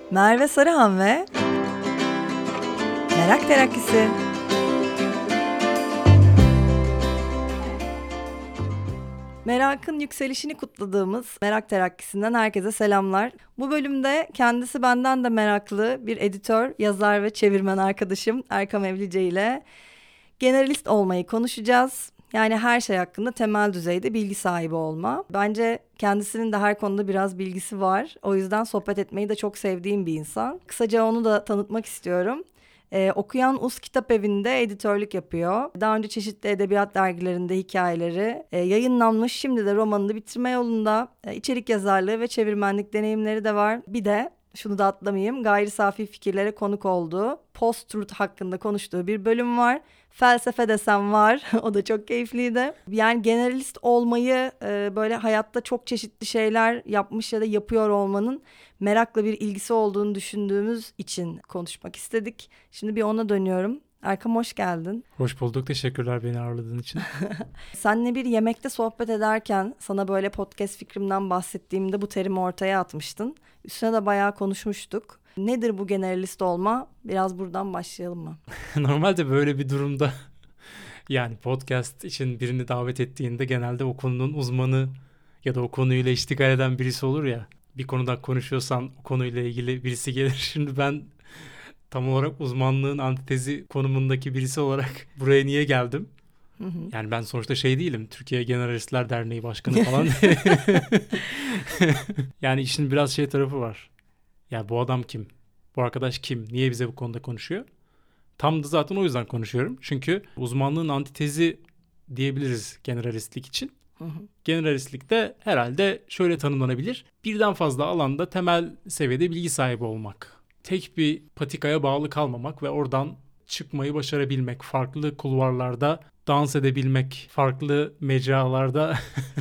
Merve Sarıhan ve Merak Terakkisi. Merakın yükselişini kutladığımız Merak Terakkisi'nden herkese selamlar. Bu bölümde kendisi benden de meraklı bir editör, yazar ve çevirmen arkadaşım Erkam Evlice ile generalist olmayı konuşacağız. Yani her şey hakkında temel düzeyde bilgi sahibi olma. Bence kendisinin de her konuda biraz bilgisi var. O yüzden sohbet etmeyi de çok sevdiğim bir insan. Kısaca onu da tanıtmak istiyorum. Okuyan Us Kitap Evi'nde editörlük yapıyor. Daha önce çeşitli edebiyat dergilerinde hikayeleri yayınlanmış. Şimdi de romanını bitirme yolunda. İçerik yazarlığı ve çevirmenlik deneyimleri de var. Bir de şunu da atlamayayım, gayri safi fikirlere konuk olduğu, post-truth hakkında konuştuğu bir bölüm var. Felsefe desem var. O da çok keyifliydi. Yani generalist olmayı böyle hayatta çok çeşitli şeyler yapmış ya da yapıyor olmanın merakla bir ilgisi olduğunu düşündüğümüz için konuşmak istedik. Şimdi bir ona dönüyorum. Erkam hoş geldin. Hoş bulduk. Teşekkürler beni ağırladığın için. Seninle bir yemekte sohbet ederken sana böyle podcast fikrimden bahsettiğimde bu terimi ortaya atmıştın. Üstüne de bayağı konuşmuştuk. Nedir bu generalist olma? Biraz buradan başlayalım mı? Normalde böyle bir durumda yani podcast için birini davet ettiğinde genelde o konunun uzmanı ya da o konuyla iştigal eden birisi olur ya. Bir konudan konuşuyorsan o konuyla ilgili birisi gelir. Şimdi ben tam olarak uzmanlığın antitezi konumundaki birisi olarak buraya niye geldim? Yani ben sonuçta şey değilim. Türkiye Generalistler Derneği Başkanı falan. Yani işin biraz şey tarafı var. Ya bu adam kim? Bu arkadaş kim? Niye bize bu konuda konuşuyor? Tam da zaten o yüzden konuşuyorum. Çünkü uzmanlığın antitezi diyebiliriz generalistlik için. Generalistlik de herhalde şöyle tanımlanabilir. Birden fazla alanda temel seviyede bilgi sahibi olmak. Tek bir patikaya bağlı kalmamak ve oradan çıkmayı başarabilmek. Farklı kulvarlarda dans edebilmek. Farklı mecralarda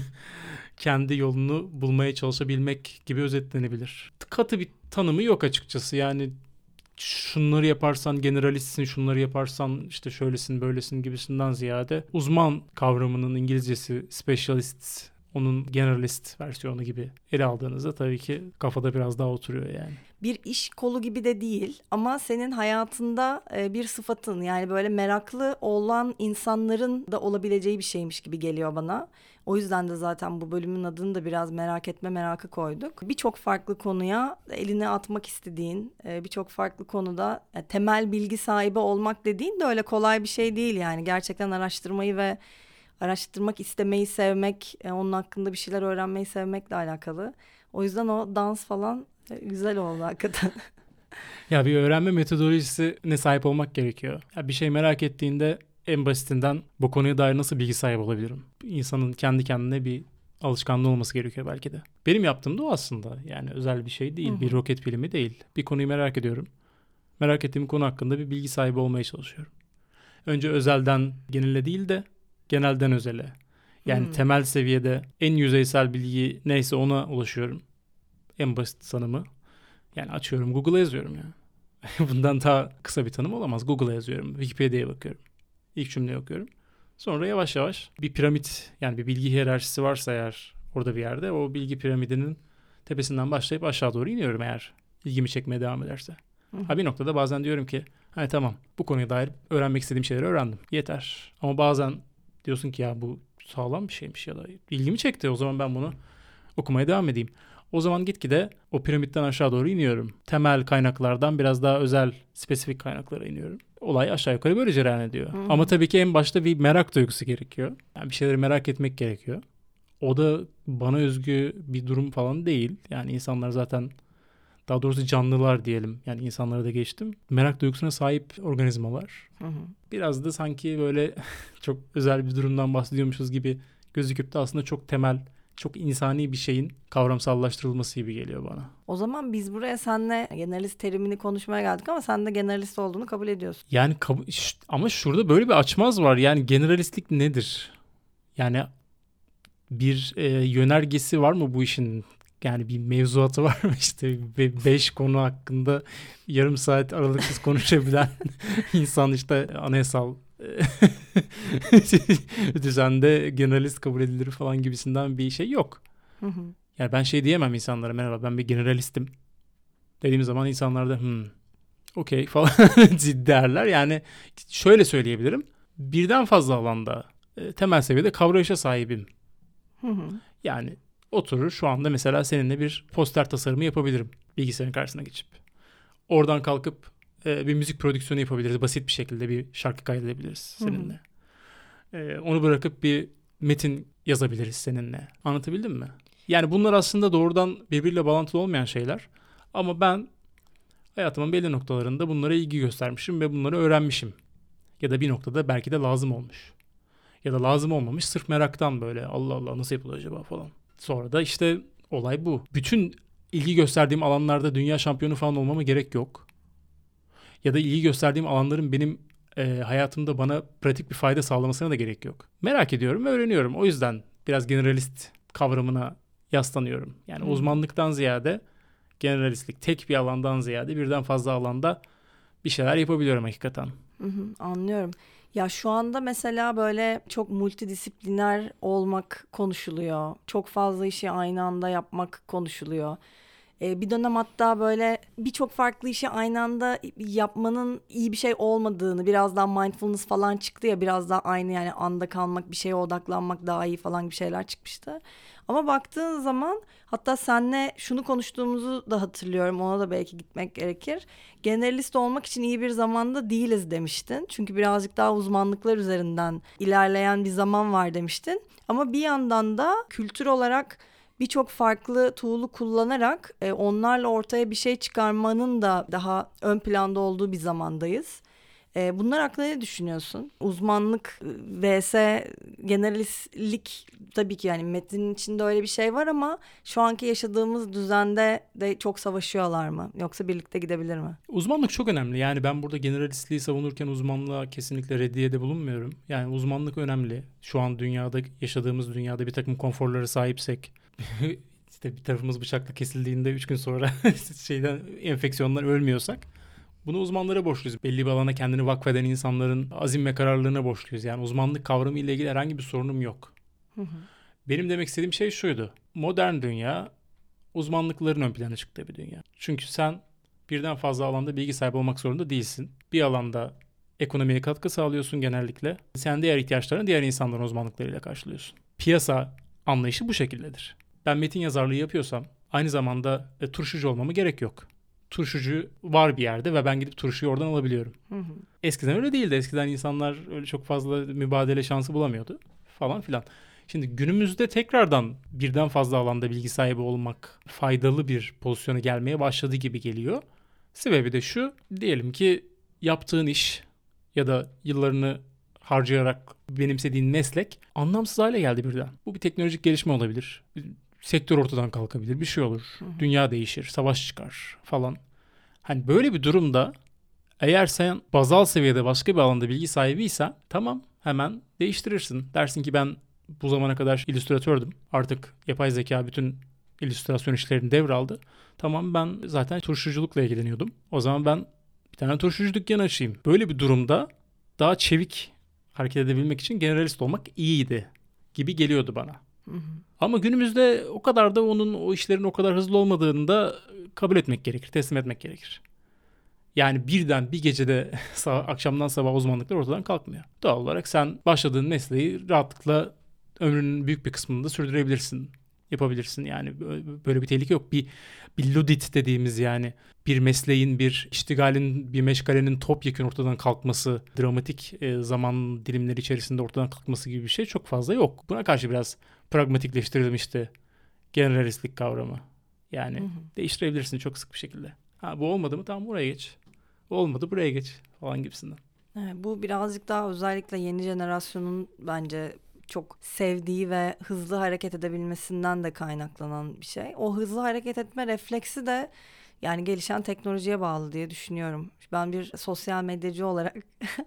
kendi yolunu bulmaya çalışabilmek gibi özetlenebilir. Katı bir tanımı yok açıkçası. Yani şunları yaparsan generalistsin, şunları yaparsan işte şöylesin, böylesin gibisinden ziyade uzman kavramının İngilizcesi specialist, onun generalist versiyonu gibi ele aldığınızda tabii ki kafada biraz daha oturuyor yani. Bir iş kolu gibi de değil ama senin hayatında bir sıfatın, yani böyle meraklı olan insanların da olabileceği bir şeymiş gibi geliyor bana. O yüzden de zaten bu bölümün adını da biraz merak etme merakı koyduk. Birçok farklı konuya eline atmak istediğin, birçok farklı konuda temel bilgi sahibi olmak dediğin de öyle kolay bir şey değil yani. Gerçekten araştırmayı ve araştırmak istemeyi sevmek, onun hakkında bir şeyler öğrenmeyi sevmekle alakalı. O yüzden o dans falan güzel oldu hakikaten. Ya bir öğrenme metodolojisine sahip olmak gerekiyor. Ya bir şey merak ettiğinde en basitinden bu konuya dair nasıl bilgi sahibi olabilirim? İnsanın kendi kendine bir alışkanlığı olması gerekiyor belki de. Benim yaptığım da o aslında. Yani özel bir şey değil, bir roket bilimi değil. Bir konuyu merak ediyorum. Merak ettiğim konu hakkında bir bilgi sahibi olmaya çalışıyorum. Önce özelden genele değil de genelden özele. Yani temel seviyede en yüzeysel bilgi neyse ona ulaşıyorum. En basit tanımı. Yani açıyorum Google'a yazıyorum ya. Bundan daha kısa bir tanım olamaz. Google'a yazıyorum. Wikipedia'ya bakıyorum. İlk cümleyi okuyorum. Sonra yavaş yavaş bir piramit, yani bir bilgi hiyerarşisi varsa eğer orada bir yerde, o bilgi piramidinin tepesinden başlayıp aşağı doğru iniyorum eğer ilgimi çekmeye devam ederse. Bir noktada bazen diyorum ki tamam, bu konuya dair öğrenmek istediğim şeyleri öğrendim. Yeter. Ama bazen diyorsun ki ya bu sağlam bir şeymiş ya da ilgimi çekti, o zaman ben bunu okumaya devam edeyim. O zaman gitgide o piramitten aşağı doğru iniyorum. Temel kaynaklardan biraz daha özel, spesifik kaynaklara iniyorum. Olay aşağı yukarı böyle cereyan ediyor. Ama tabii ki en başta bir merak duygusu gerekiyor. Yani bir şeyleri merak etmek gerekiyor. O da bana özgü bir durum falan değil. Yani insanlar zaten, daha doğrusu canlılar diyelim. Yani insanlara da geçtim. Merak duygusuna sahip organizmalar. Biraz da sanki böyle çok özel bir durumdan bahsediyormuşuz gibi gözüküp de aslında çok temel, çok insani bir şeyin kavramsallaştırılması gibi geliyor bana. O zaman biz buraya seninle generalist terimini konuşmaya geldik ama sen de generalist olduğunu kabul ediyorsun. Yani ama şurada böyle bir açmaz var. Yani generalistlik nedir? Yani bir yönergesi var mı bu işin? Yani bir mevzuatı var mı işte 5 konu hakkında yarım saat aralıksız konuşabilen insan işte anayasal düzende generalist kabul edilir falan gibisinden bir şey yok. Yani ben şey diyemem insanlara, merhaba ben bir generalistim dediğim zaman insanlar da okey falan derler. Yani şöyle söyleyebilirim. Birden fazla alanda temel seviyede kavrayışa sahibim. Hı hı. Yani oturur şu anda mesela seninle bir poster tasarımı yapabilirim bilgisayarın karşısına geçip. Oradan kalkıp bir müzik prodüksiyonu yapabiliriz. Basit bir şekilde bir şarkı kaydedebiliriz seninle. Onu bırakıp bir metin yazabiliriz seninle. Anlatabildim mi? Yani bunlar aslında doğrudan birbiriyle bağlantılı olmayan şeyler. Ama ben hayatımın belli noktalarında bunlara ilgi göstermişim ve bunları öğrenmişim. Ya da bir noktada belki de lazım olmuş. Ya da lazım olmamış, sırf meraktan böyle Allah Allah nasıl yapılıyor acaba falan. Sonra da işte olay bu. Bütün ilgi gösterdiğim alanlarda dünya şampiyonu falan olmama gerek yok. Ya da ilgi gösterdiğim alanların benim hayatımda bana pratik bir fayda sağlamasına da gerek yok. Merak ediyorum ve öğreniyorum. O yüzden biraz generalist kavramına yaslanıyorum. Yani uzmanlıktan ziyade generalistlik, tek bir alandan ziyade birden fazla alanda bir şeyler yapabiliyorum hakikaten. Anlıyorum. Ya şu anda mesela böyle çok multidisipliner olmak konuşuluyor. Çok fazla işi aynı anda yapmak konuşuluyor. Bir dönem hatta böyle birçok farklı işi aynı anda yapmanın iyi bir şey olmadığını, biraz daha mindfulness falan çıktı ya, biraz daha aynı yani anda kalmak, bir şeye odaklanmak daha iyi falan bir şeyler çıkmıştı. Ama baktığın zaman hatta seninle şunu konuştuğumuzu da hatırlıyorum, ona da belki gitmek gerekir. Generalist olmak için iyi bir zamanda değiliz demiştin. Çünkü birazcık daha uzmanlıklar üzerinden ilerleyen bir zaman var demiştin. Ama bir yandan da kültür olarak birçok farklı tool'u kullanarak onlarla ortaya bir şey çıkarmanın da daha ön planda olduğu bir zamandayız. Bunlar hakkında ne düşünüyorsun? Uzmanlık vs generalistlik, tabii ki yani metnin içinde öyle bir şey var ama şu anki yaşadığımız düzende de çok savaşıyorlar mı? Yoksa birlikte gidebilir mi? Uzmanlık çok önemli. Yani ben burada generalistliği savunurken uzmanlığa kesinlikle reddiyede bulunmuyorum. Yani uzmanlık önemli. Şu an dünyada, yaşadığımız dünyada bir takım konforlara sahipsek işte bir tarafımız bıçakla kesildiğinde 3 gün sonra enfeksiyondan ölmüyorsak bunu uzmanlara borçluyuz. Belli bir alana kendini vakfeden insanların azim ve kararlılığına borçluyuz. Yani uzmanlık kavramı ile ilgili herhangi bir sorunum yok. Benim demek istediğim şey şuydu. Modern dünya uzmanlıkların ön plana çıktığı bir dünya. Çünkü sen birden fazla alanda bilgi sahibi olmak zorunda değilsin. Bir alanda ekonomiye katkı sağlıyorsun genellikle. Sen diğer ihtiyaçlarını diğer insanların uzmanlıklarıyla karşılıyorsun. Piyasa anlayışı bu şekildedir. Ben metin yazarlığı yapıyorsam aynı zamanda turşucu olmama gerek yok. Turşucu var bir yerde ve ben gidip turşuyu oradan alabiliyorum. Eskiden öyle değildi. Eskiden insanlar öyle çok fazla mübadele şansı bulamıyordu falan filan. Şimdi günümüzde tekrardan birden fazla alanda bilgi sahibi olmak faydalı bir pozisyona gelmeye başladı gibi geliyor. Sebebi de şu, diyelim ki yaptığın iş ya da yıllarını harcayarak benimsediğin meslek anlamsız hale geldi birden. Bu bir teknolojik gelişme olabilir. Bir sektör ortadan kalkabilir, bir şey olur. Dünya değişir, savaş çıkar falan. Hani böyle bir durumda eğer sen bazal seviyede başka bir alanda bilgi sahibiysen tamam, hemen değiştirirsin. Dersin ki ben bu zamana kadar illüstratördüm. Artık yapay zeka bütün illüstrasyon işlerini devraldı. Tamam, ben zaten turşuculukla ilgileniyordum. O zaman ben bir tane turşucu dükkanı açayım. Böyle bir durumda daha çevik hareket edebilmek için generalist olmak iyiydi gibi geliyordu bana. Ama günümüzde o kadar da o işlerin o kadar hızlı olmadığını da kabul etmek gerekir, teslim etmek gerekir. Yani birden bir gecede akşamdan sabah uzmanlıklar ortadan kalkmıyor. Doğal olarak sen başladığın mesleği rahatlıkla ömrünün büyük bir kısmını da sürdürebilirsin. Yapabilirsin yani, böyle bir tehlike yok. Bir ludit dediğimiz, yani bir mesleğin, bir iştigalin, bir meşgalenin topyekun ortadan kalkması, dramatik zaman dilimleri içerisinde ortadan kalkması gibi bir şey çok fazla yok. Buna karşı biraz pragmatikleştirilmişti generalistlik kavramı. Yani değiştirebilirsin çok sık bir şekilde. Ha, bu olmadı mı, tamam buraya geç. Olmadı buraya geç falan gibisinden. Evet, bu birazcık daha özellikle yeni jenerasyonun bence çok sevdiği ve hızlı hareket edebilmesinden de kaynaklanan bir şey. O hızlı hareket etme refleksi de yani gelişen teknolojiye bağlı diye düşünüyorum. Ben bir sosyal medyacı olarak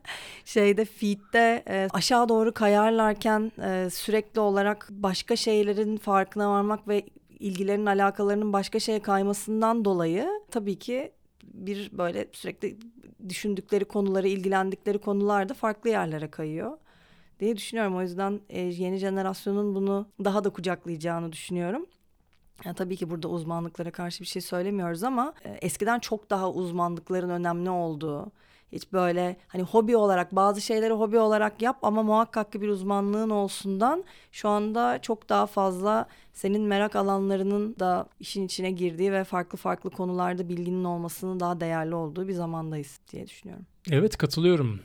feed'de aşağı doğru kayarlarken sürekli olarak başka şeylerin farkına varmak ve ilgilerinin, alakalarının başka şeye kaymasından dolayı tabii ki bir böyle sürekli düşündükleri konuları, ilgilendikleri konular da farklı yerlere kayıyor diye düşünüyorum. O yüzden yeni jenerasyonun bunu daha da kucaklayacağını düşünüyorum. Ya tabii ki burada uzmanlıklara karşı bir şey söylemiyoruz ama eskiden çok daha uzmanlıkların önemli olduğu, hiç böyle hani hobi olarak bazı şeyleri hobi olarak yap ama muhakkak ki bir uzmanlığın olsundan şu anda çok daha fazla senin merak alanlarının da işin içine girdiği ve farklı farklı konularda bilginin olmasının daha değerli olduğu bir zamandayız diye düşünüyorum. Evet, katılıyorum.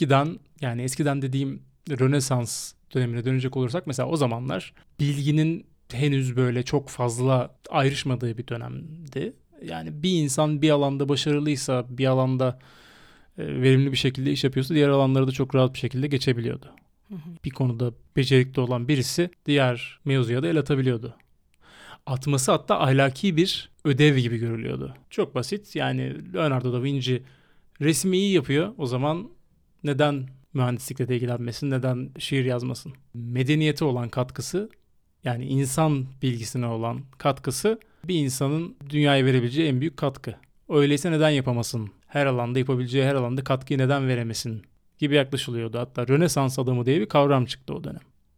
Eskiden dediğim Rönesans dönemine dönecek olursak mesela o zamanlar bilginin henüz böyle çok fazla ayrışmadığı bir dönemdi. Yani bir insan bir alanda başarılıysa, bir alanda verimli bir şekilde iş yapıyorsa diğer alanları da çok rahat bir şekilde geçebiliyordu. Bir konuda becerikli olan birisi diğer mevzuya da el atabiliyordu. Atması hatta ahlaki bir ödev gibi görülüyordu. Çok basit. Yani Leonardo da Vinci resmi iyi yapıyor. O zaman neden mühendislikle de ilgilenmesin, neden şiir yazmasın? Medeniyete olan katkısı, yani insan bilgisine olan katkısı bir insanın dünyaya verebileceği en büyük katkı. Öyleyse neden yapamasın? Her alanda yapabileceği her alanda katkıyı neden veremesin? Gibi yaklaşılıyordu. Hatta Rönesans adamı diye bir kavram çıktı o dönem.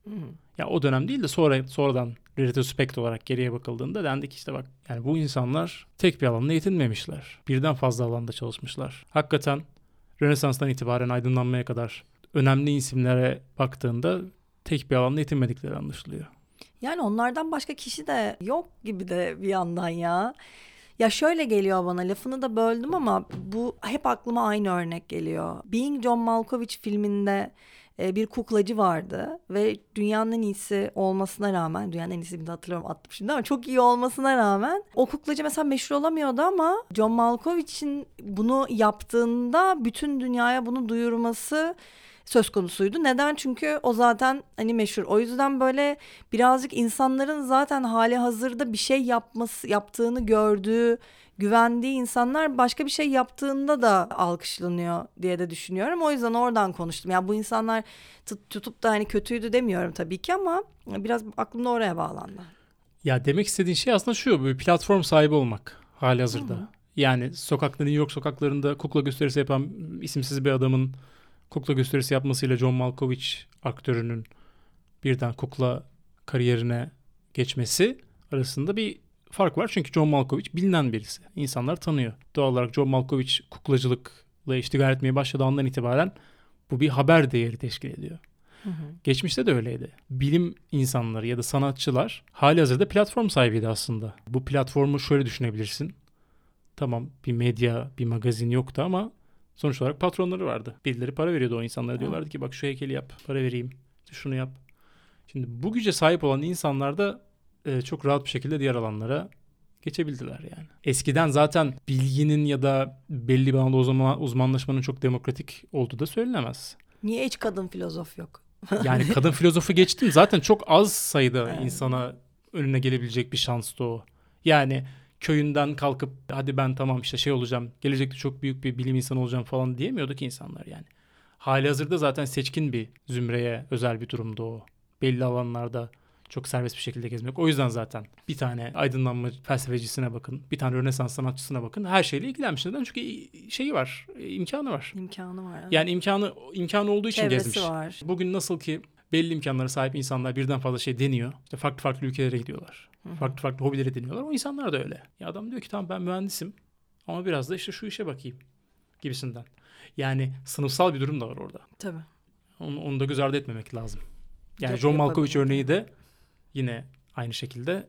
Ya o dönem değil de sonradan retrospekt olarak geriye bakıldığında dendi ki işte bak, yani bu insanlar tek bir alanda yetinmemişler. Birden fazla alanda çalışmışlar. Hakikaten Rönesans'tan itibaren aydınlanmaya kadar önemli isimlere baktığında tek bir alanda yetinmedikleri anlaşılıyor. Yani onlardan başka kişi de yok gibi de bir yandan ya. Ya şöyle geliyor bana, lafını da böldüm ama bu hep aklıma aynı örnek geliyor. Being John Malkovich filminde bir kuklacı vardı ve dünyanın en iyisi olmasına rağmen, dünyanın en iyisi bir de hatırlıyorum attım şimdi ama çok iyi olmasına rağmen o kuklacı mesela meşhur olamıyordu ama John Malkovich'in bunu yaptığında bütün dünyaya bunu duyurması söz konusuydu. Neden? Çünkü o zaten hani meşhur. O yüzden böyle birazcık insanların zaten hali hazırda bir şey yaptığını gördüğü, güvendiği insanlar başka bir şey yaptığında da alkışlanıyor diye de düşünüyorum. O yüzden oradan konuştum. Yani bu insanlar tutup da hani kötüydü demiyorum tabii ki ama biraz aklımda oraya bağlandı. Ya demek istediğin şey aslında şu, bir platform sahibi olmak halihazırda. Hı hı. Yani New York sokaklarında kukla gösterisi yapan isimsiz bir adamın kukla gösterisi yapmasıyla John Malkovich aktörünün birden kukla kariyerine geçmesi arasında bir fark var. Çünkü John Malkovich bilinen birisi. İnsanlar tanıyor. Doğal olarak John Malkovich kuklacılıkla iştigal etmeye başladığı andan itibaren bu bir haber değeri teşkil ediyor. Hı hı. Geçmişte de öyleydi. Bilim insanları ya da sanatçılar halihazırda platform sahibiydi aslında. Bu platformu şöyle düşünebilirsin. Tamam, bir medya, bir magazin yoktu ama sonuç olarak patronları vardı. Birileri para veriyordu o insanlara. Diyorlardı ki bak şu heykeli yap, para vereyim, şunu yap. Şimdi bu güce sahip olan insanlar da çok rahat bir şekilde diğer alanlara geçebildiler yani. Eskiden zaten bilginin ya da belli bir alanda uzmanlaşmanın çok demokratik olduğu da söylenemez. Niye hiç kadın filozof yok? Yani kadın filozofu geçtim, zaten çok az sayıda Evet. insana önüne gelebilecek bir şanstı o. Yani köyünden kalkıp hadi ben tamam işte şey olacağım, gelecekte çok büyük bir bilim insanı olacağım falan diyemiyordu ki insanlar yani. Halihazırda zaten seçkin bir zümreye özel bir durumdu o. Belli alanlarda çok serbest bir şekilde gezmek. O yüzden zaten bir tane aydınlanma felsefecisine bakın, bir tane Rönesans sanatçısına bakın. Her şeyle ilgilenmiş. Neden? Çünkü şeyi var, imkanı var. İmkanı var. Evet. Yani imkanı olduğu için Çevresi gezmiş. var. Bugün nasıl ki belli imkanlara sahip insanlar birden fazla şey deniyor. İşte farklı farklı ülkelere gidiyorlar. Hı hı. Farklı farklı hobileri deniyorlar. O insanlar da öyle. Ya adam diyor ki tamam ben mühendisim ama biraz da işte şu işe bakayım gibisinden. Yani sınıfsal bir durum da var orada. Tabii. Onu da göz ardı etmemek lazım. Yani Yok, John Malkovich yapabilir. örneği de yine aynı şekilde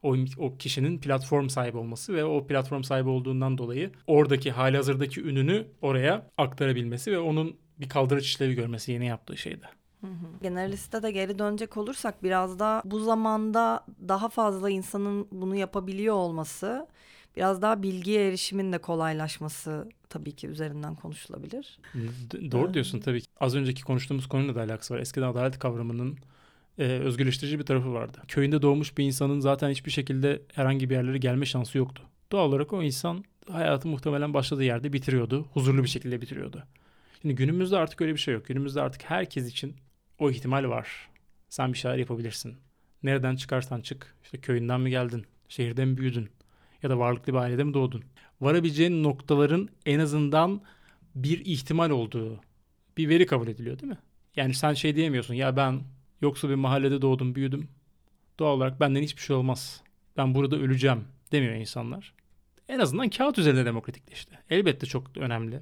o kişinin platform sahibi olması ve o platform sahibi olduğundan dolayı oradaki halihazırdaki ününü oraya aktarabilmesi ve onun bir kaldırıç işlevi görmesi yeni yaptığı şeyde. Generalist'e de geri dönecek olursak biraz da bu zamanda daha fazla insanın bunu yapabiliyor olması, biraz daha bilgiye erişimin de kolaylaşması tabii ki üzerinden konuşulabilir. Doğru diyorsun tabii ki. Az önceki konuştuğumuz konuyla da alakası var. Eskiden adalet kavramının özgürleştirici bir tarafı vardı. Köyünde doğmuş bir insanın zaten hiçbir şekilde herhangi bir yerlere gelme şansı yoktu. Doğal olarak o insan hayatı muhtemelen başladığı yerde bitiriyordu. Huzurlu bir şekilde bitiriyordu. Şimdi günümüzde artık öyle bir şey yok. Günümüzde artık herkes için o ihtimal var. Sen bir şeyler yapabilirsin. Nereden çıkarsan çık. İşte köyünden mi geldin? Şehirde mi büyüdün? Ya da varlıklı bir ailede mi doğdun? Varabileceğin noktaların en azından bir ihtimal olduğu bir veri kabul ediliyor değil mi? Yani sen şey diyemiyorsun ya ben yoksul bir mahallede doğdum büyüdüm. Doğal olarak benden hiçbir şey olmaz ben burada öleceğim demiyor insanlar. En azından kağıt üzerinde demokratikleşti. Elbette çok önemli.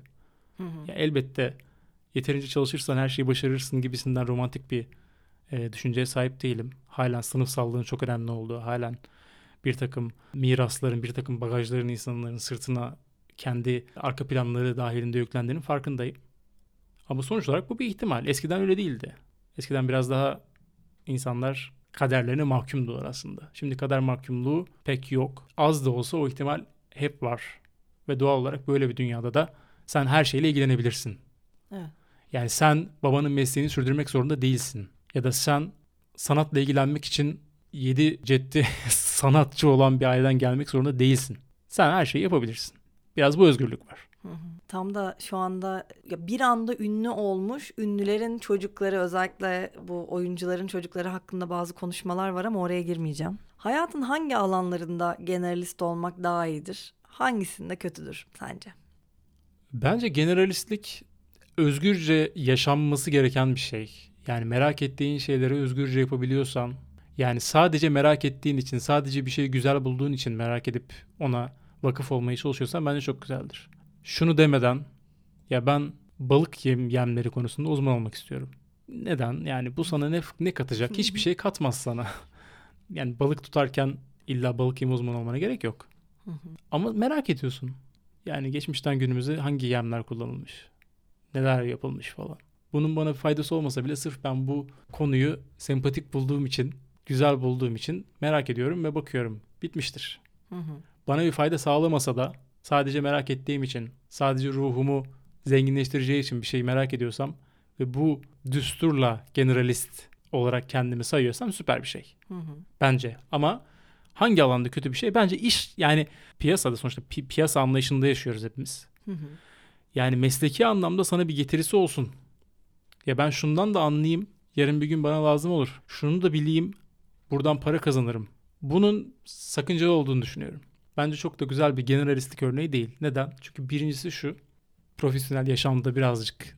Ya elbette yeterince çalışırsan her şeyi başarırsın gibisinden romantik bir düşünceye sahip değilim. Halen sınıfsallığın çok önemli olduğu, halen bir takım mirasların, bir takım bagajların insanların sırtına kendi arka planları dahilinde yüklendiğinin farkındayım. Ama sonuç olarak bu bir ihtimal. Eskiden öyle değildi. Eskiden biraz daha insanlar kaderlerine mahkumdular aslında. Şimdi kader mahkumluğu pek yok. Az da olsa o ihtimal hep var. Ve doğal olarak böyle bir dünyada da sen her şeyle ilgilenebilirsin. Evet. Yani sen babanın mesleğini sürdürmek zorunda değilsin. Ya da sen sanatla ilgilenmek için 7 cetti sanatçı olan bir aileden gelmek zorunda değilsin. Sen her şeyi yapabilirsin. Biraz bu özgürlük var. Tam da şu anda bir anda ünlü olmuş ünlülerin çocukları, özellikle bu oyuncuların çocukları hakkında bazı konuşmalar var ama oraya girmeyeceğim. Hayatın hangi alanlarında generalist olmak daha iyidir? Hangisinde kötüdür sence? Bence generalistlik özgürce yaşanması gereken bir şey. Yani merak ettiğin şeyleri özgürce yapabiliyorsan, yani sadece merak ettiğin için, sadece bir şeyi güzel bulduğun için merak edip ona vakıf olmaya çalışıyorsan bence çok güzeldir. Şunu demeden, ya ben balık yemleri konusunda uzman olmak istiyorum. Neden? Yani bu sana ne katacak? Hiçbir şey katmaz sana. Yani balık tutarken illa balık yemi uzmanı olmana gerek yok. Ama merak ediyorsun. Yani geçmişten günümüze hangi yemler kullanılmış? Neler yapılmış falan. Bunun bana bir faydası olmasa bile sırf ben bu konuyu sempatik bulduğum için, güzel bulduğum için merak ediyorum ve bakıyorum. Bitmiştir. Bana bir fayda sağlamasa da sadece merak ettiğim için, sadece ruhumu zenginleştireceği için bir şeyi merak ediyorsam ve bu düsturla generalist olarak kendimi sayıyorsam süper bir şey. Bence. Ama hangi alanda kötü bir şey? Bence iş, yani piyasada sonuçta piyasa anlayışında yaşıyoruz hepimiz. Yani mesleki anlamda sana bir getirisi olsun. Ya ben şundan da anlayayım, yarın bir gün bana lazım olur. Şunu da bileyim, buradan para kazanırım. Bunun sakıncalı olduğunu düşünüyorum. Bence çok da güzel bir generalistlik örneği değil. Neden? Çünkü birincisi şu, profesyonel yaşamda birazcık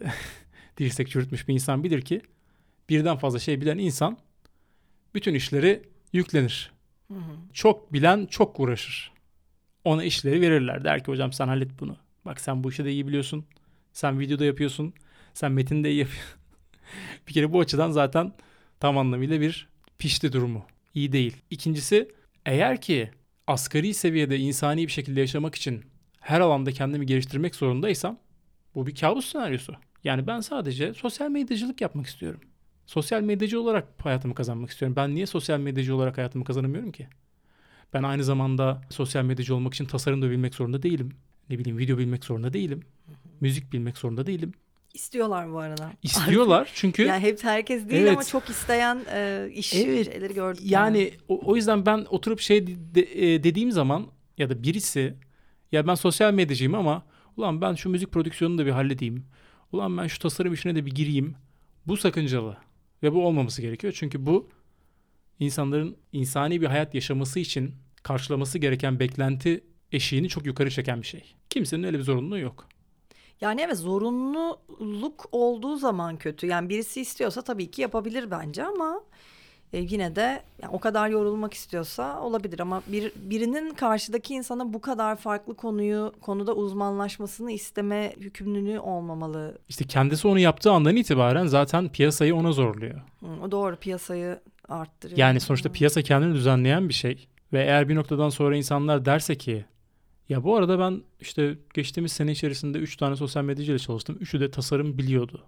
dirsek çürütmüş bir insan bilir ki birden fazla şey bilen insan bütün işleri yüklenir. Çok bilen çok uğraşır. Ona işleri verirler. Der ki hocam sen hallet bunu. Bak sen bu işi de iyi biliyorsun. Sen videoda yapıyorsun. Sen metinde iyi yapıyorsun. Bir kere bu açıdan zaten tam anlamıyla bir pişti durumu. İyi değil. İkincisi, eğer ki asgari seviyede insani bir şekilde yaşamak için her alanda kendimi geliştirmek zorundaysam bu bir kabus senaryosu. Yani ben sadece sosyal medyacılık yapmak istiyorum. Sosyal medyacı olarak hayatımı kazanmak istiyorum. Ben niye sosyal medyacı olarak hayatımı kazanamıyorum ki? Ben aynı zamanda sosyal medyacı olmak için tasarım da bilmek zorunda değilim. Ne bileyim video bilmek zorunda değilim. Müzik bilmek zorunda değilim. İstiyorlar bu arada. İstiyorlar çünkü. Yani hep herkes değil ama çok isteyen iş şeyleri gördüm. Yani o yüzden ben oturup dediğim zaman ya da birisi ya ben sosyal medyacıyım ama ulan ben şu müzik prodüksiyonunu da bir halledeyim. Ulan ben şu tasarım işine de bir gireyim. Bu sakıncalı ve bu olmaması gerekiyor. Çünkü bu insanların insani bir hayat yaşaması için karşılaması gereken beklenti eşiğini çok yukarı çeken bir şey. Kimsenin öyle bir zorunluluğu yok. Yani evet, zorunluluk olduğu zaman kötü. Yani birisi istiyorsa tabii ki yapabilir bence ama yine de yani o kadar yorulmak istiyorsa olabilir ama birinin karşıdaki insana bu kadar farklı konuda uzmanlaşmasını isteme yükümlülüğü olmamalı. İşte kendisi onu yaptığı andan itibaren zaten piyasayı ona zorluyor. O doğru, piyasayı arttırıyor. Yani sonuçta piyasa kendini düzenleyen bir şey ve eğer bir noktadan sonra insanlar derse ki ya bu arada ben işte geçtiğimiz sene içerisinde 3 tane sosyal medyacıyla çalıştım. 3'ü de tasarım biliyordu.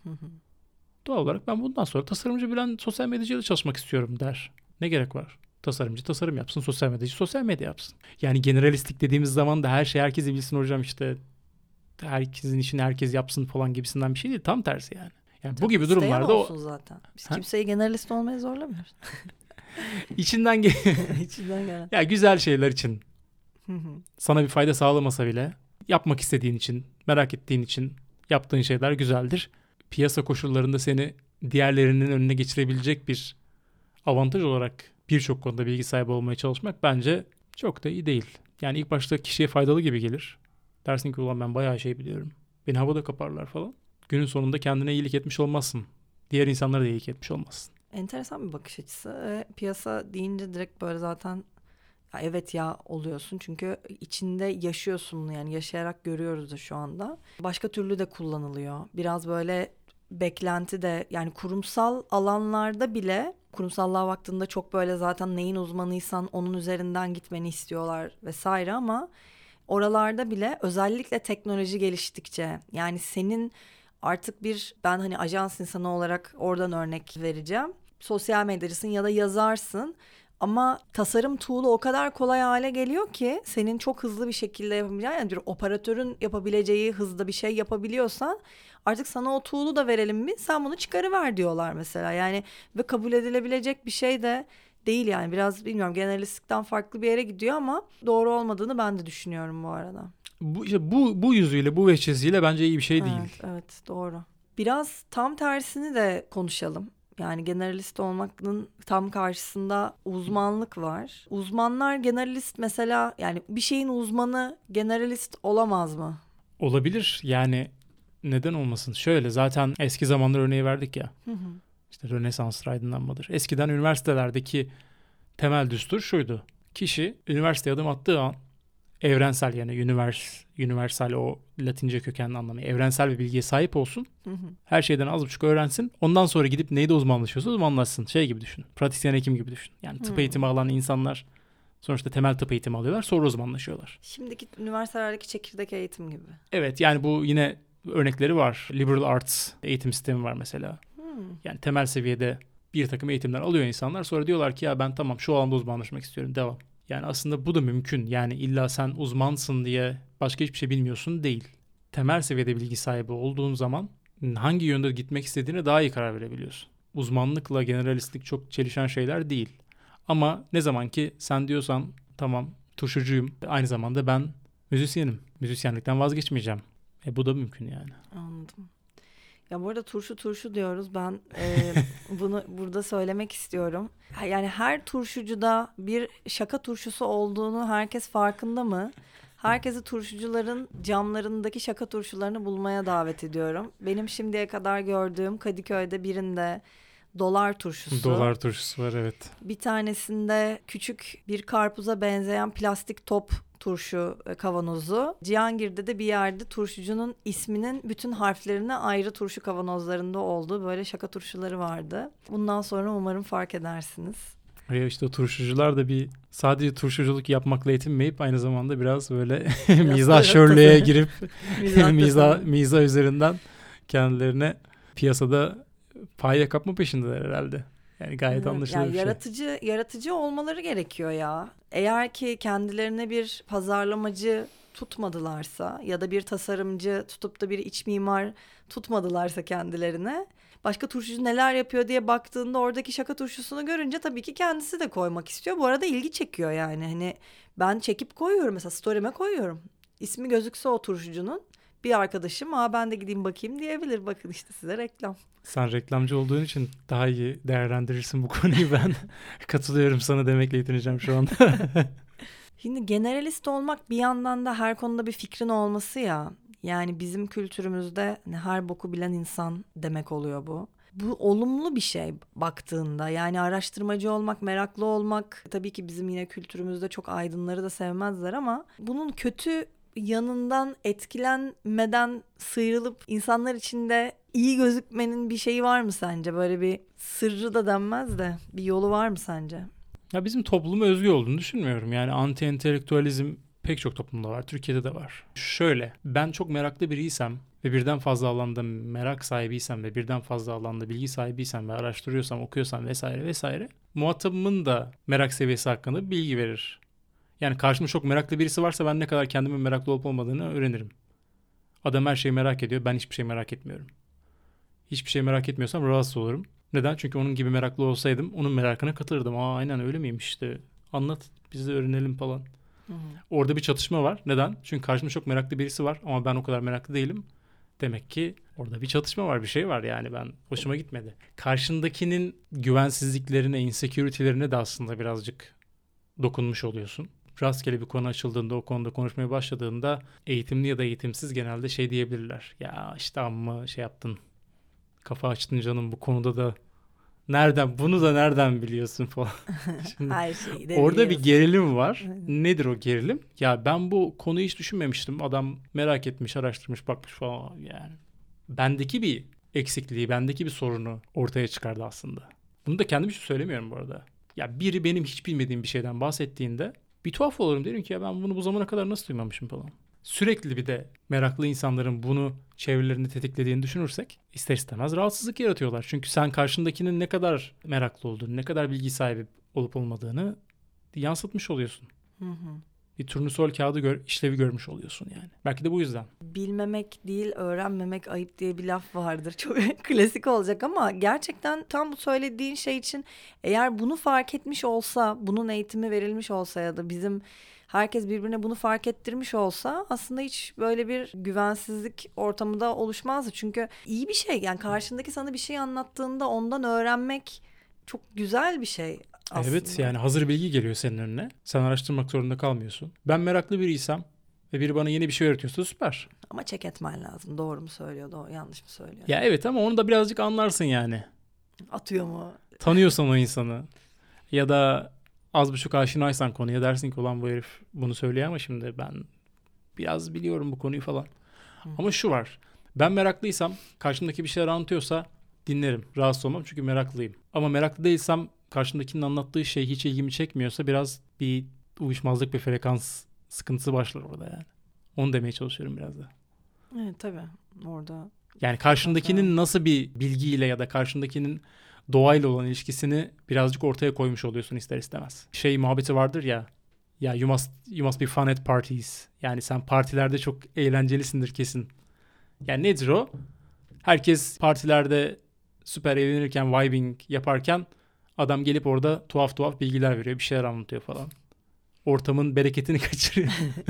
Doğal olarak ben bundan sonra tasarımcı bilen sosyal medyacıyla çalışmak istiyorum der. Ne gerek var? Tasarımcı tasarım yapsın, sosyal medyacı sosyal medya yapsın. Yani generalistik dediğimiz zaman da her şey herkesi bilsin hocam, işte herkesin işini herkes yapsın falan gibisinden bir şey değil. Tam tersi yani. Yani bu gibi durumlarda olsun zaten. Biz kimseyi generalist olmaya zorlamıyoruz. İçinden gelen. Ya güzel şeyler için. Sana bir fayda sağlamasa bile yapmak istediğin için, merak ettiğin için yaptığın şeyler güzeldir. Piyasa koşullarında seni diğerlerinin önüne geçirebilecek bir avantaj olarak birçok konuda bilgi sahibi olmaya çalışmak bence çok da iyi değil. Yani ilk başta kişiye faydalı gibi gelir. Dersin ki ulan ben bayağı şey biliyorum. Beni havada kaparlar falan. Günün sonunda kendine iyilik etmiş olmazsın. Diğer insanlara da iyilik etmiş olmazsın. Enteresan bir bakış açısı. Piyasa deyince direkt böyle zaten Ha, evet ya oluyorsun çünkü içinde yaşıyorsun bunu, yani yaşayarak görüyoruz da şu anda. Başka türlü de kullanılıyor. Biraz böyle beklenti de, yani kurumsal alanlarda bile, kurumsallığa baktığında çok böyle zaten neyin uzmanıysan onun üzerinden gitmeni istiyorlar vesaire, ama oralarda bile özellikle teknoloji geliştikçe, yani senin artık bir, ben hani ajans insanı olarak oradan örnek vereceğim. Sosyal medyacısın ya da yazarsın. Ama tasarım tool'u o kadar kolay hale geliyor ki senin çok hızlı bir şekilde yapabileceğin, yani bir operatörün yapabileceği hızda bir şey yapabiliyorsan artık sana o tool'u da verelim mi? Sen bunu çıkarıver diyorlar mesela. Yani ve kabul edilebilecek bir şey de değil yani. Biraz bilmiyorum, generalistlikten farklı bir yere gidiyor ama doğru olmadığını ben de düşünüyorum bu arada. Bu yüzüyle, bu veçesiyle bence iyi bir şey değil. Evet, evet, doğru. Biraz tam tersini de konuşalım. Yani generalist olmanın tam karşısında uzmanlık var. Uzmanlar generalist mesela, yani bir şeyin uzmanı generalist olamaz mı? Olabilir yani, neden olmasın? Şöyle, zaten eski zamanlar örneği verdik ya. Hı hı. İşte Rönesans aydınlanmadır. Eskiden üniversitelerdeki temel düstur şuydu: kişi üniversiteye adım attığı an evrensel, yani universal, o Latince kökenli anlamı, evrensel bir bilgiye sahip olsun. Hı hı. Her şeyden az buçuk öğrensin. Ondan sonra gidip neyde uzmanlaşıyorsa uzmanlaşsın. Şey gibi düşün. Pratisyen hekim gibi düşün. Yani tıp eğitimi alan insanlar sonuçta temel tıp eğitimi alıyorlar. Sonra uzmanlaşıyorlar. Şimdiki üniversitelerdeki çekirdek eğitim gibi. Evet, yani bu yine örnekleri var. Liberal arts eğitim sistemi var mesela. Hmm. Yani temel seviyede bir takım eğitimler alıyor insanlar. Sonra diyorlar ki ya ben tamam şu alanda uzmanlaşmak istiyorum. Devam. Yani aslında bu da mümkün. Yani illa sen uzmansın diye başka hiçbir şey bilmiyorsun değil. Temel seviyede bilgi sahibi olduğun zaman hangi yönde gitmek istediğine daha iyi karar verebiliyorsun. Uzmanlıkla generalistlik çok çelişen şeyler değil. Ama ne zaman ki sen diyorsan tamam turşucuyum, aynı zamanda ben müzisyenim. Müzisyenlikten vazgeçmeyeceğim. Bu da mümkün yani. Anladım. Ya bu arada turşu diyoruz. Ben bunu burada söylemek istiyorum. Yani her turşucuda bir şaka turşusu olduğunu herkes farkında mı? Herkesi turşucuların camlarındaki şaka turşularını bulmaya davet ediyorum. Benim şimdiye kadar gördüğüm Kadıköy'de birinde dolar turşusu. Dolar turşusu var, evet. Bir tanesinde küçük bir karpuza benzeyen plastik top turşu kavanozu. Cihangir'de de bir yerde turşucunun isminin bütün harflerine ayrı turşu kavanozlarında olduğu böyle şaka turşuları vardı. Bundan sonra umarım fark edersiniz. Ya işte o turşucular da bir sadece turşuculuk yapmakla yetinmeyip aynı zamanda biraz böyle mizahşörlüğe girip mizah üzerinden kendilerine piyasada payla kapma peşindeler herhalde. Yani gayet anlaşılır yani bir yaratıcı olmaları gerekiyor ya. Eğer ki kendilerine bir pazarlamacı tutmadılarsa ya da bir tasarımcı tutup da bir iç mimar tutmadılarsa kendilerine, başka turşucu neler yapıyor diye baktığında oradaki şaka turşusunu görünce tabii ki kendisi de koymak istiyor. Bu arada ilgi çekiyor yani. Hani ben çekip koyuyorum mesela, story'me koyuyorum. İsmi gözükse o turşucunun, bir arkadaşım ben de gideyim bakayım diyebilir. Bakın işte size reklam. Sen reklamcı olduğun için daha iyi değerlendirirsin bu konuyu, ben katılıyorum sana demekle yetineceğim şu anda. Şimdi generalist olmak bir yandan da her konuda bir fikrin olması ya. Yani bizim kültürümüzde her boku bilen insan demek oluyor bu. Bu olumlu bir şey baktığında. Yani araştırmacı olmak, meraklı olmak, tabii ki bizim yine kültürümüzde çok aydınları da sevmezler ama bunun kötü yanından etkilenmeden sıyrılıp insanlar içinde iyi gözükmenin bir şeyi var mı sence? Böyle bir sırrı da denmez de bir yolu var mı sence? Ya bizim topluma özgü olduğunu düşünmüyorum. Yani anti-entelektüalizm pek çok toplumda var. Türkiye'de de var. Şöyle, ben çok meraklı biriysem ve birden fazla alanda merak sahibiysem ve birden fazla alanda bilgi sahibiysem ve araştırıyorsam, okuyorsam vesaire vesaire, muhatabımın da merak seviyesi hakkında bilgi verir. Yani karşımda çok meraklı birisi varsa ben ne kadar kendimin meraklı olup olmadığını öğrenirim. Adam her şeyi merak ediyor, ben hiçbir şey merak etmiyorum. Hiçbir şey merak etmiyorsam rahatsız olurum. Neden? Çünkü onun gibi meraklı olsaydım onun merakına katılırdım. Aynen öyle miymiş işte. Anlat, biz de öğrenelim falan. Hı-hı. Orada bir çatışma var. Neden? Çünkü karşımda çok meraklı birisi var ama ben o kadar meraklı değilim. Demek ki orada bir çatışma var, bir şey var yani, ben hoşuma gitmedi. Karşındakinin güvensizliklerine, insecurity'lerine de aslında birazcık dokunmuş oluyorsun. Rastgele bir konu açıldığında, o konuda konuşmaya başladığında eğitimli ya da eğitimsiz genelde şey diyebilirler. Ya işte amma şey yaptın, kafa açtın canım, bu konuda da Nereden bunu da nereden biliyorsun falan. Şimdi Her şeyi de orada bir biliyorsun. gerilim var. Aynen. Nedir o gerilim? Ya ben bu konuyu hiç düşünmemiştim. Adam merak etmiş, araştırmış, bakmış falan yani. Bendeki bir eksikliği, bendeki bir sorunu ortaya çıkardı aslında. Bunu da kendim için söylemiyorum bu arada. Ya biri benim hiç bilmediğim bir şeyden bahsettiğinde bir tuhaf olurum, derim ki ya ben bunu bu zamana kadar nasıl duymamışım falan. Sürekli bir de meraklı insanların bunu çevrelerinde tetiklediğini düşünürsek ister istemez rahatsızlık yaratıyorlar. Çünkü sen karşındakinin ne kadar meraklı olduğunu, ne kadar bilgi sahibi olup olmadığını yansıtmış oluyorsun. Hı hı. Bir turnusol kağıdı işlevi görmüş oluyorsun yani. Belki de bu yüzden. Bilmemek değil, öğrenmemek ayıp diye bir laf vardır. Çok klasik olacak ama gerçekten tam bu söylediğin şey için eğer bunu fark etmiş olsa, bunun eğitimi verilmiş olsa ya da bizim herkes birbirine bunu fark ettirmiş olsa aslında hiç böyle bir güvensizlik ortamı da oluşmazdı. Çünkü iyi bir şey, yani karşındaki sana bir şey anlattığında ondan öğrenmek çok güzel bir şey aslında. Evet, yani hazır bilgi geliyor senin önüne. Sen araştırmak zorunda kalmıyorsun. Ben meraklı biriysem ve biri bana yeni bir şey öğretiyorsa süper. Ama check etmen lazım. Doğru mu söylüyor, doğru yanlış mı söylüyor? Ya evet, ama onu da birazcık anlarsın yani. Atıyor mu? Tanıyorsan o insanı ya da az buçuk aşinaysan konuya, dersin ki ulan bu herif bunu söylüyor ama şimdi ben biraz biliyorum bu konuyu falan. Ama şu var. Ben meraklıysam, karşımdaki bir şeyler anlatıyorsa dinlerim. Rahatsız olmam çünkü meraklıyım. Ama meraklı değilsem, karşımdakinin anlattığı şey hiç ilgimi çekmiyorsa biraz bir uyuşmazlık, bir frekans sıkıntısı başlar orada yani. Onu demeye çalışıyorum biraz da. Evet tabii orada. Yani karşındakinin nasıl bir bilgiyle ya da karşındakinin doğayla olan ilişkisini birazcık ortaya koymuş oluyorsun ister istemez. Şey muhabbeti vardır ya. Ya you must be fun at parties. Yani sen partilerde çok eğlencelisindir kesin. Yani nedir o? Herkes partilerde süper eğlenirken, vibing yaparken adam gelip orada tuhaf tuhaf bilgiler veriyor, bir şeyler anlatıyor falan. Ortamın bereketini kaçırıyor.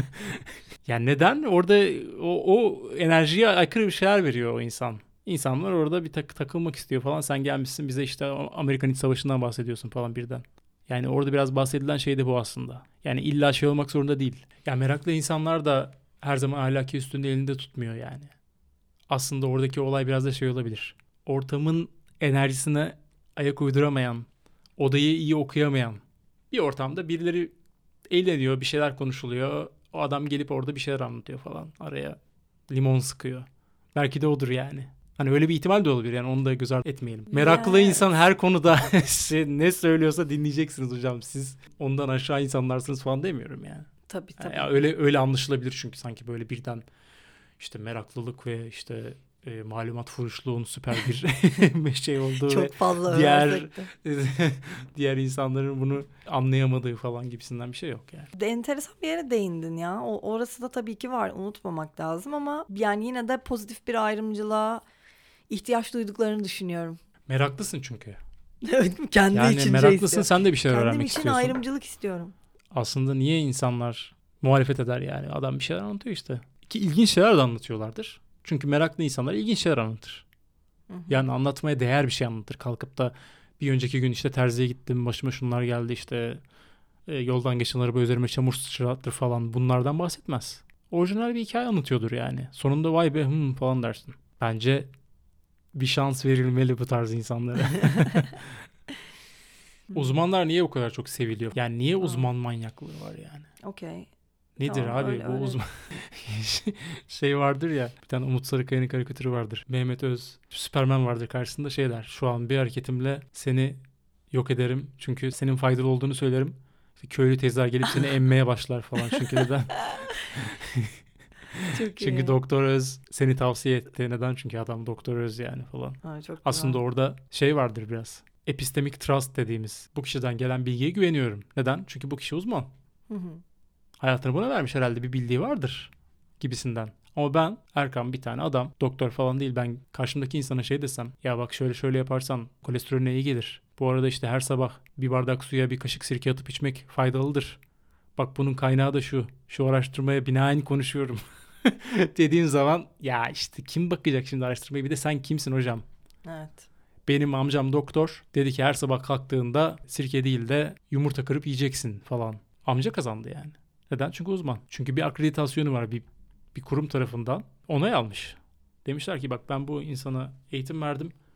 Yani neden? Orada o enerjiye aykırı bir şeyler veriyor o insan. İnsanlar orada bir takılmak istiyor falan. Sen gelmişsin bize işte Amerikan İç Savaşı'ndan bahsediyorsun falan birden. Yani orada biraz bahsedilen şey de bu aslında. Yani illa şey olmak zorunda değil. Yani meraklı insanlar da her zaman ahlaki üstünde elinde tutmuyor yani. Aslında oradaki olay biraz da şey olabilir. Ortamın enerjisine ayak uyduramayan, odayı iyi okuyamayan bir ortamda birileri eğleniyor, bir şeyler konuşuluyor. O adam gelip orada bir şeyler anlatıyor falan. Araya limon sıkıyor. Belki de odur yani. Hani öyle bir ihtimal de olabilir yani, onu da göz ardı etmeyelim. Meraklı Evet. insan her konuda ne söylüyorsa dinleyeceksiniz hocam. Siz ondan aşağı insanlarsınız falan demiyorum yani. Tabii tabii. Ya öyle anlaşılabilir çünkü sanki böyle birden işte meraklılık ve işte malumat furuşluğun süper bir şey olduğu Çok ve fazla diğer översek de. diğer insanların bunu anlayamadığı falan gibisinden bir şey yok yani. De enteresan bir yere değindin ya. Orası da tabii ki var. Unutmamak lazım ama yani yine de pozitif bir ayrımcılığa ihtiyaç duyduklarını düşünüyorum. Meraklısın çünkü. Evet, kendi Yani için meraklısın, istiyorum. sen de bir şeyler Kendim öğrenmek için istiyorsun. ayrımcılık istiyorum. Aslında niye insanlar muhalefet eder yani? Adam bir şeyler anlatıyor işte. Ki ilginç şeyler de anlatıyorlardır. Çünkü meraklı insanlar ilginç şeyler anlatır. Hı hı. Yani anlatmaya değer bir şey anlatır. Kalkıp da bir önceki gün işte terziye gittim, başıma şunlar geldi işte yoldan geçen araba üzerime çamur sıçrattır falan, bunlardan bahsetmez. Orijinal bir hikaye anlatıyordur yani. Sonunda vay be falan dersin. Bence bir şans verilmeli bu tarz insanlara. Uzmanlar niye bu kadar çok seviliyor? Yani niye uzman manyaklığı var yani? Okey. Nedir Tamam, abi öyle, bu öyle. uzman? Şey vardır ya, bir tane Umut Sarıkaya'nın karikatürü vardır. Mehmet Öz, Süperman vardır, karşısında şey der. Şu an bir hareketimle seni yok ederim. Çünkü senin faydalı olduğunu söylerim. İşte köylü teyzeler gelip seni emmeye başlar falan. Çünkü neden? Çok Çünkü iyi. Doktor Öz seni tavsiye etti. Neden? Çünkü adam Doktor Öz yani falan. Ha, çok Aslında güzel. orada şey vardır biraz. Epistemik trust dediğimiz. Bu kişiden gelen bilgiye güveniyorum. Neden? Çünkü bu kişi uzman. Hı hı. Hayatını buna vermiş, herhalde bir bildiği vardır gibisinden. Ama ben Erkan, bir tane adam, doktor falan değil, ben karşımdaki insana şey desem, ya bak şöyle şöyle yaparsan kolesterolüne iyi gelir. Bu arada işte her sabah bir bardak suya bir kaşık sirke atıp içmek faydalıdır. Bak bunun kaynağı da şu araştırmaya binaen konuşuyorum dediğim zaman, ya işte kim bakacak şimdi araştırmaya, bir de sen kimsin hocam? Evet. Benim amcam doktor, dedi ki her sabah kalktığında sirke değil de yumurta kırıp yiyeceksin falan. Amca kazandı yani. Neden? Çünkü uzman. Çünkü bir akreditasyonu var bir kurum tarafından. Onay almış. Demişler ki bak ben bu insana eğitim verdim.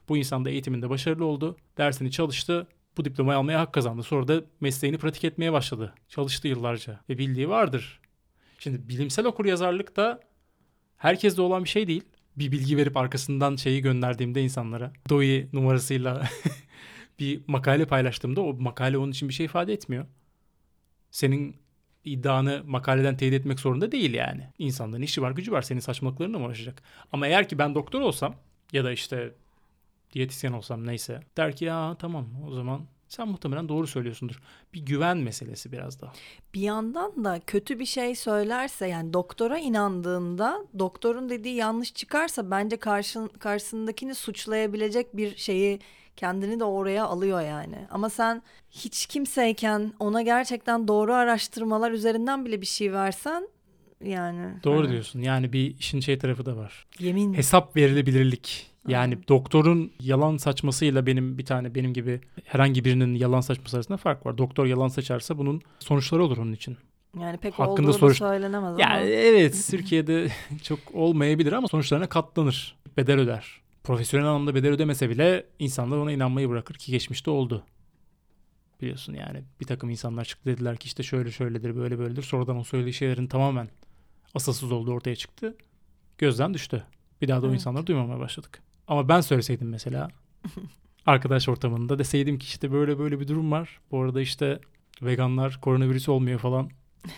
Bu insan da eğitiminde başarılı oldu. Dersini çalıştı. Bu diplomayı almaya hak kazandı. Sonra da mesleğini pratik etmeye başladı. Çalıştı yıllarca ve bildiği vardır. Şimdi bilimsel okuryazarlık da herkeste olan bir şey değil. Bir bilgi verip arkasından şeyi gönderdiğimde insanlara DOI numarasıyla bir makale paylaştığımda o makale onun için bir şey ifade etmiyor. Senin iddianı makaleden teyit etmek zorunda değil yani. İnsanların işi var, gücü var. Senin saçmalıklarına mı uğraşacak? Ama eğer ki ben doktor olsam ya da işte diyetisyen olsam neyse, der ki ya tamam o zaman sen muhtemelen doğru söylüyorsundur. Bir güven meselesi biraz daha. Bir yandan da kötü bir şey söylerse, yani doktora inandığında doktorun dediği yanlış çıkarsa bence karşısındakini suçlayabilecek bir şeyi, kendini de oraya alıyor yani. Ama sen hiç kimseyken ona gerçekten doğru araştırmalar üzerinden bile bir şey versen, yani. Doğru diyorsun. Yani bir işin şey tarafı da var. Yemin. Hesap verilebilirlik. Yani doktorun yalan saçmasıyla benim gibi herhangi birinin yalan saçması arasında fark var. Doktor yalan saçarsa bunun sonuçları olur onun için. Yani pek Hakkında olduğu da söylenemez ama. Yani evet, Türkiye'de çok olmayabilir ama sonuçlarına katlanır. Bedel öder. Profesyonel anlamda bedel ödemese bile insanlar ona inanmayı bırakır ki geçmişte oldu. Biliyorsun yani bir takım insanlar çıktı, dediler ki işte şöyle şöyledir, böyle böyledir. Sonradan o söylediği şeylerin tamamen asılsız olduğu ortaya çıktı. Gözden düştü. Bir daha da o insanları duymamaya başladık. Ama ben söyleseydim mesela arkadaş ortamında, deseydim ki işte böyle böyle bir durum var. Bu arada işte veganlar koronavirüs olmuyor falan.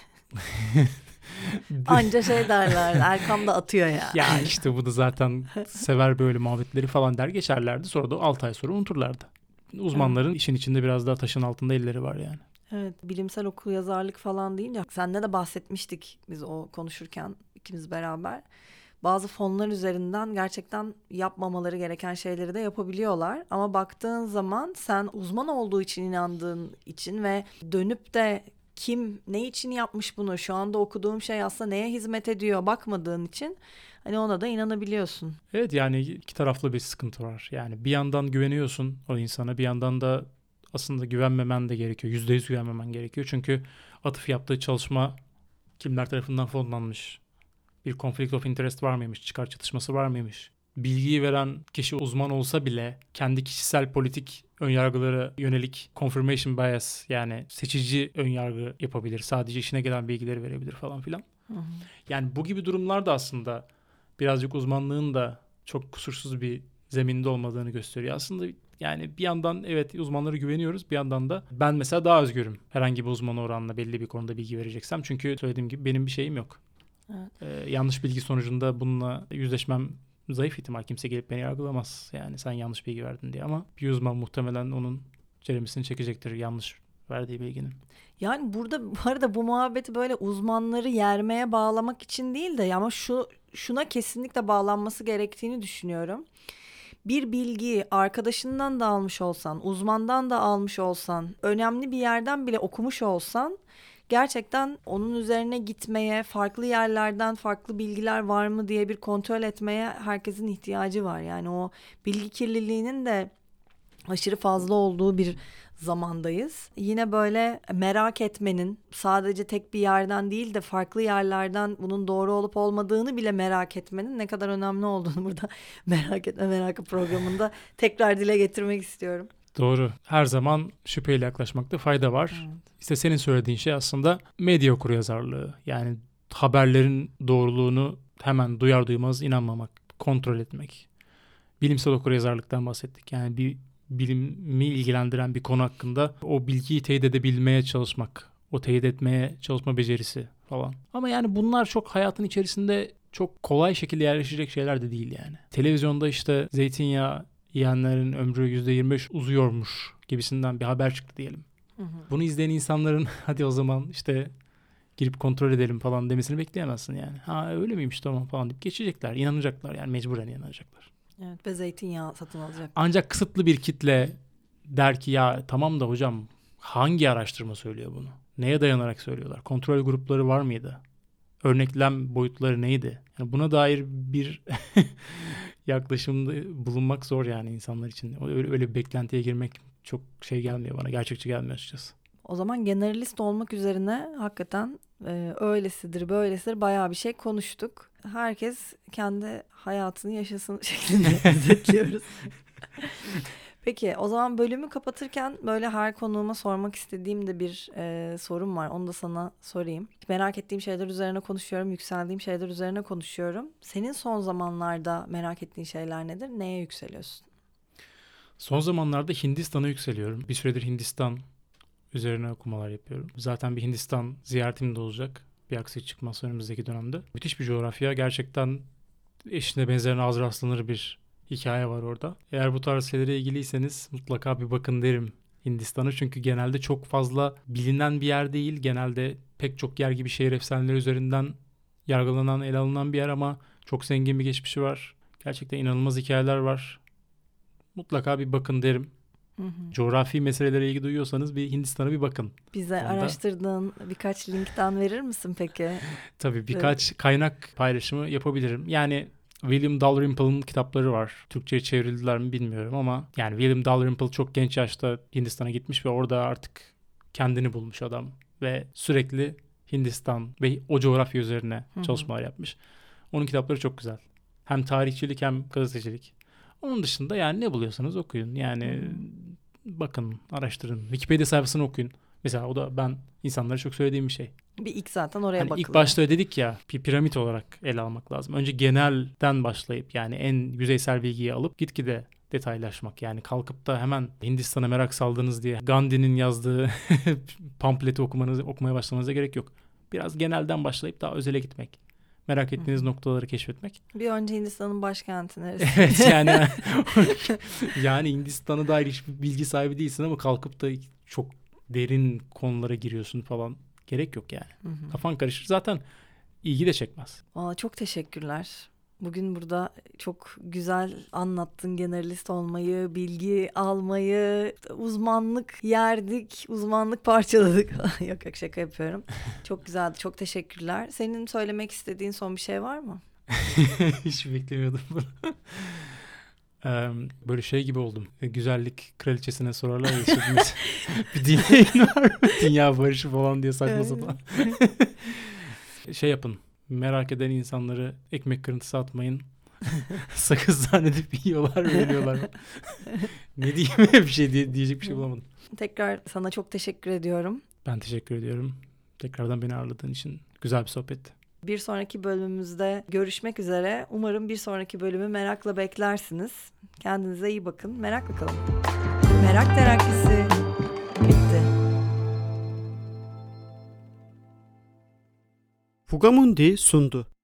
Anca şey derler, Erkam da atıyor ya. Ya işte bu da zaten sever böyle muhabbetleri falan der geçerlerdi. Sonra da 6 ay sonra unuturlardı. Uzmanların işin içinde biraz daha taşın altında elleri var yani. Evet, bilimsel okuryazarlık falan deyince seninle de bahsetmiştik biz o konuşurken ikimiz beraber. Bazı fonlar üzerinden gerçekten yapmamaları gereken şeyleri de yapabiliyorlar. Ama baktığın zaman sen uzman olduğu için, inandığın için ve dönüp de kim ne için yapmış bunu, şu anda okuduğum şey aslında neye hizmet ediyor bakmadığın için hani ona da inanabiliyorsun. Evet, yani iki taraflı bir sıkıntı var. Yani bir yandan güveniyorsun o insana, bir yandan da aslında güvenmemen de gerekiyor. %100 güvenmemen gerekiyor. Çünkü atıf yaptığı çalışma kimler tarafından fonlanmış? Bir conflict of interest var mıymış? Çıkar çatışması var mıymış? Bilgiyi veren kişi uzman olsa bile kendi kişisel politik önyargılara yönelik confirmation bias, yani seçici önyargı yapabilir. Sadece işine gelen bilgileri verebilir falan filan. Yani bu gibi durumlar da aslında birazcık uzmanlığın da çok kusursuz bir zeminde olmadığını gösteriyor. Aslında yani bir yandan evet uzmanlara güveniyoruz, bir yandan da ben mesela daha özgürüm. Herhangi bir uzmana oranla belli bir konuda bilgi vereceksem. Çünkü söylediğim gibi benim bir şeyim yok. Evet. Yanlış bilgi sonucunda bununla yüzleşmem zayıf ihtimal. Kimse gelip beni yargılamaz. Yani sen yanlış bilgi verdin diye, ama bir uzman muhtemelen onun ceremesini çekecektir yanlış verdiği bilginin. Yani burada bu arada bu muhabbeti böyle uzmanları yermeye bağlamak için değil de ama şuna kesinlikle bağlanması gerektiğini düşünüyorum. Bir bilgiyi arkadaşından da almış olsan, uzmandan da almış olsan, önemli bir yerden bile okumuş olsan, gerçekten onun üzerine gitmeye, farklı yerlerden farklı bilgiler var mı diye bir kontrol etmeye herkesin ihtiyacı var. Yani o bilgi kirliliğinin de aşırı fazla olduğu bir zamandayız. Yine böyle merak etmenin, sadece tek bir yerden değil de farklı yerlerden bunun doğru olup olmadığını bile merak etmenin ne kadar önemli olduğunu burada Merak Etme Merakı programında tekrar dile getirmek istiyorum. Doğru. Her zaman şüpheyle yaklaşmakta fayda var. Evet. İşte senin söylediğin şey aslında medya okuryazarlığı. Yani haberlerin doğruluğunu hemen duyar duymaz inanmamak, kontrol etmek. Bilimsel okuryazarlıktan bahsettik. Yani bir bilimi ilgilendiren bir konu hakkında o bilgiyi teyit edebilmeye çalışmak. O teyit etmeye çalışma becerisi falan. Ama yani bunlar çok hayatın içerisinde çok kolay şekilde yerleşecek şeyler de değil yani. Televizyonda işte zeytinyağı yiyenlerin ömrü %25 uzuyormuş gibisinden bir haber çıktı diyelim. Bunu izleyen insanların hadi o zaman işte girip kontrol edelim falan demesini bekleyemezsin yani. Ha öyle miymiş tamam falan deyip geçecekler. İnanacaklar yani, mecburen inanacaklar. Evet, ve zeytinyağı satın alacak. Ancak kısıtlı bir kitle der ki ya tamam da hocam hangi araştırma söylüyor bunu? Neye dayanarak söylüyorlar? Kontrol grupları var mıydı? Örneklem boyutları neydi? Yani buna dair bir yaklaşımda bulunmak zor yani insanlar için. Öyle bir beklentiye girmek çok şey gelmiyor bana. Gerçekçi gelmiyor açıkçası. O zaman generalist olmak üzerine hakikaten öylesidir böylesidir bayağı bir şey konuştuk. Herkes kendi hayatını yaşasın şeklinde özetliyoruz. Peki o zaman bölümü kapatırken böyle her konuğuma sormak istediğim de bir sorum var. Onu da sana sorayım. Merak ettiğim şeyler üzerine konuşuyorum, yükseldiğim şeyler üzerine konuşuyorum. Senin son zamanlarda merak ettiğin şeyler nedir? Neye yükseliyorsun? Son zamanlarda Hindistan'a yükseliyorum. Bir süredir Hindistan üzerine okumalar yapıyorum. Zaten bir Hindistan ziyaretim de olacak. Bir aksi çıkmazsa önümüzdeki dönemde. Müthiş bir coğrafya. Gerçekten eşine benzerine az rastlanır bir hikaye var orada. Eğer bu tarz şeylere ilgiliyseniz mutlaka bir bakın derim Hindistan'a. Çünkü genelde çok fazla bilinen bir yer değil. Genelde pek çok yer gibi şehir efsaneleri üzerinden yargılanan, ele alınan bir yer ama çok zengin bir geçmişi var. Gerçekten inanılmaz hikayeler var. Mutlaka bir bakın derim. Hı hı. Coğrafi meselelere ilgi duyuyorsanız bir Hindistan'a bir bakın. Bize Onda araştırdığın birkaç linkten verir misin peki? tabii birkaç kaynak paylaşımı yapabilirim. Yani William Dalrymple'ın kitapları var. Türkçe'ye çevrildiler mi bilmiyorum ama yani William Dalrymple çok genç yaşta Hindistan'a gitmiş ve orada artık kendini bulmuş adam ve sürekli Hindistan ve o coğrafya üzerine Hı hı. çalışmalar yapmış. Onun kitapları çok güzel. Hem tarihçilik hem gazetecilik. Onun dışında yani ne buluyorsanız okuyun. Yani bakın, araştırın. Wikipedia sayfasını okuyun. Mesela o da ben insanlara çok söylediğim bir şey. Bir ilk zaten oraya Hani bakılıyor. ilk başta dedik ya, bir piramit olarak ele almak lazım. Önce genelden başlayıp yani en yüzeysel bilgiyi alıp gitgide detaylaşmak. Yani kalkıp da hemen Hindistan'a merak saldınız diye Gandhi'nin yazdığı pamfleti okumaya başlamanıza gerek yok. Biraz genelden başlayıp daha özele gitmek. Merak ettiğiniz noktaları keşfetmek. Bir önce Hindistan'ın başkenti neresi? Evet yani yani Hindistan'a dair hiçbir bilgi sahibi değilsin ama kalkıp da çok derin konulara giriyorsun falan. Gerek yok yani. Hı hı. Kafan karışır. Zaten ilgi de çekmez. Valla çok teşekkürler. Bugün burada çok güzel anlattın generalist olmayı, bilgi almayı, uzmanlık yerdik, uzmanlık parçaladık. Yok şaka yapıyorum. Çok güzeldi, çok teşekkürler. Senin söylemek istediğin son bir şey var mı? Hiç beklemiyordum bunu. Böyle şey gibi oldum. Güzellik kraliçesine sorarlar ya işte bir dileğin var mı? Dünya barışı falan diye saçma sapan. Şey yapın. Merak eden insanları ekmek kırıntısı atmayın. Sakız zannedip yiyorlar, veriyorlar. Ne diyeyim, bir şey diyecek bir şey bulamadım. Tekrar sana çok teşekkür ediyorum. Ben teşekkür ediyorum. Tekrardan beni ağırladığın için güzel bir sohbetti. Bir sonraki bölümümüzde görüşmek üzere. Umarım bir sonraki bölümü merakla beklersiniz. Kendinize iyi bakın. Merakla kalın. Merak terakkisi bitti. Fugamundi sundu.